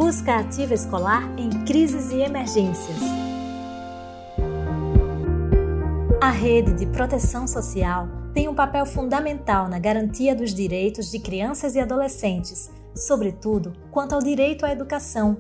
Busca ativa escolar em crises e emergências. A rede de proteção social tem um papel fundamental na garantia dos direitos de crianças e adolescentes, sobretudo quanto ao direito à educação.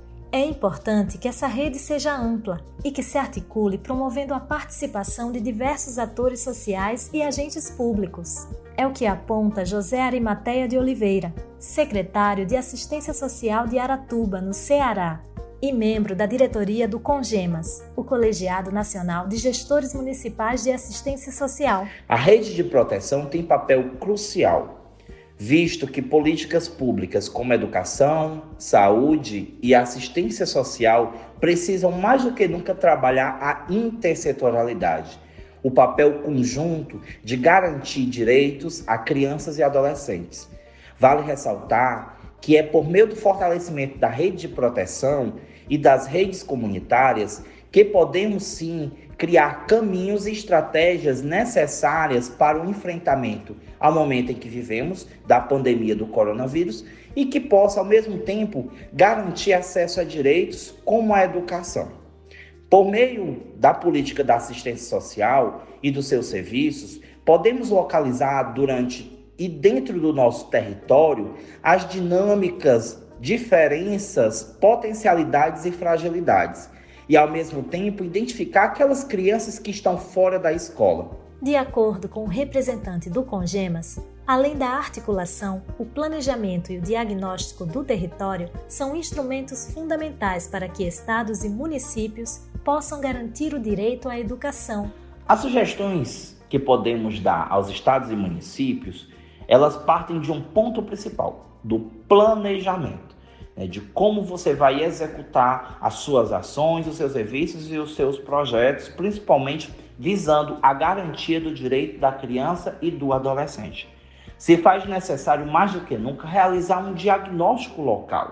É importante que essa rede seja ampla e que se articule promovendo a participação de diversos atores sociais e agentes públicos. É o que aponta José Arimateia de Oliveira, secretário de Assistência Social de Aratuba, no Ceará, e membro da diretoria do CONGEMAS, o Colegiado Nacional de Gestores Municipais de Assistência Social. A rede de proteção tem papel crucial, visto que políticas públicas como educação, saúde e assistência social precisam mais do que nunca trabalhar a intersetorialidade, o papel conjunto de garantir direitos a crianças e adolescentes. Vale ressaltar que é por meio do fortalecimento da rede de proteção e das redes comunitárias que podemos sim criar caminhos e estratégias necessárias para o enfrentamento ao momento em que vivemos da pandemia do coronavírus e que possa, ao mesmo tempo, garantir acesso a direitos como a educação. Por meio da política da assistência social e dos seus serviços, podemos localizar durante e dentro do nosso território as dinâmicas, diferenças, potencialidades e fragilidades, e ao mesmo tempo identificar aquelas crianças que estão fora da escola. De acordo com o representante do CONGEMAS, além da articulação, o planejamento e o diagnóstico do território são instrumentos fundamentais para que estados e municípios possam garantir o direito à educação. As sugestões que podemos dar aos estados e municípios, elas partem de um ponto principal, do planejamento, de como você vai executar as suas ações, os seus serviços e os seus projetos, principalmente visando a garantia do direito da criança e do adolescente. Se faz necessário, mais do que nunca, realizar um diagnóstico local,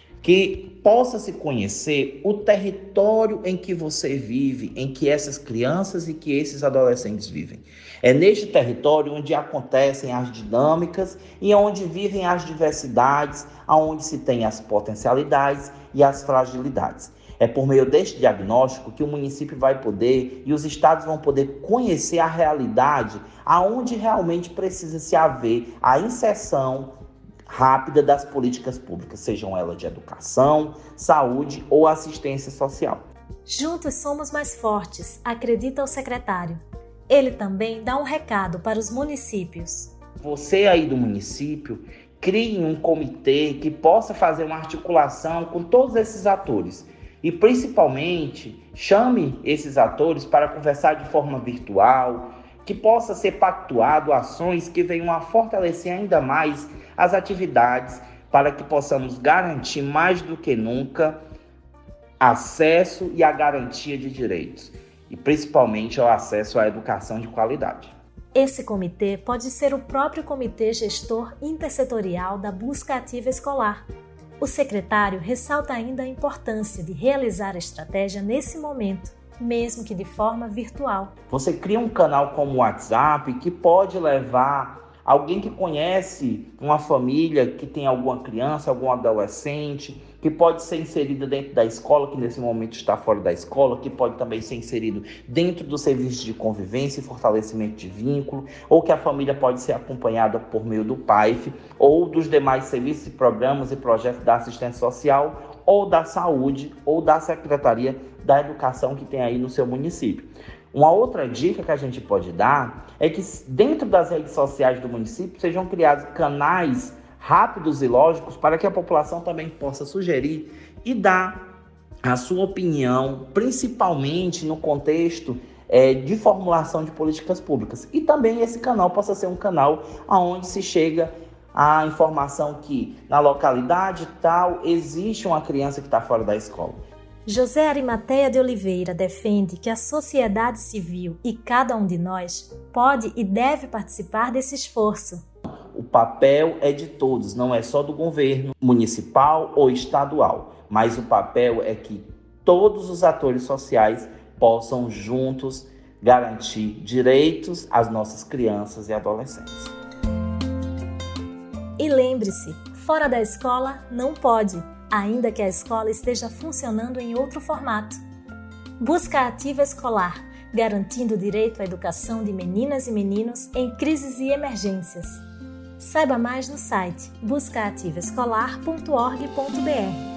que possa se conhecer o território em que você vive, em que essas crianças e que esses adolescentes vivem. É neste território onde acontecem as dinâmicas e onde vivem as diversidades, onde se tem as potencialidades e as fragilidades. É por meio deste diagnóstico que o município vai poder e os estados vão poder conhecer a realidade aonde realmente precisa se haver a inserção rápida das políticas públicas, sejam elas de educação, saúde ou assistência social. Juntos somos mais fortes, acredita o secretário. Ele também dá um recado para os municípios. Você aí do município, crie um comitê que possa fazer uma articulação com todos esses atores e principalmente chame esses atores para conversar de forma virtual, que possa ser pactuado ações que venham a fortalecer ainda mais as atividades para que possamos garantir mais do que nunca acesso e a garantia de direitos, e principalmente o acesso à educação de qualidade. Esse comitê pode ser o próprio Comitê Gestor Intersetorial da Busca Ativa Escolar. O secretário ressalta ainda a importância de realizar a estratégia nesse momento, mesmo que de forma virtual. Você cria um canal como o WhatsApp que pode levar alguém que conhece uma família que tem alguma criança, algum adolescente, que pode ser inserido dentro da escola, que nesse momento está fora da escola, que pode também ser inserido dentro do serviço de convivência e fortalecimento de vínculo, ou que a família pode ser acompanhada por meio do PAIF, ou dos demais serviços, programas e projetos da assistência social, ou da saúde, ou da Secretaria da Educação que tem aí no seu município. Uma outra dica que a gente pode dar é que dentro das redes sociais do município sejam criados canais rápidos e lógicos para que a população também possa sugerir e dar a sua opinião, principalmente no contexto de formulação de políticas públicas. E também esse canal possa ser um canal onde se chega a informação que na localidade tal existe uma criança que está fora da escola. José Arimateia de Oliveira defende que a sociedade civil e cada um de nós pode e deve participar desse esforço. O papel é de todos, não é só do governo municipal ou estadual, mas o papel é que todos os atores sociais possam juntos garantir direitos às nossas crianças e adolescentes. E lembre-se, fora da escola não pode. ainda que a escola esteja funcionando em outro formato. Busca Ativa Escolar, garantindo o direito à educação de meninas e meninos em crises e emergências. Saiba mais no site buscaativaescolar.org.br.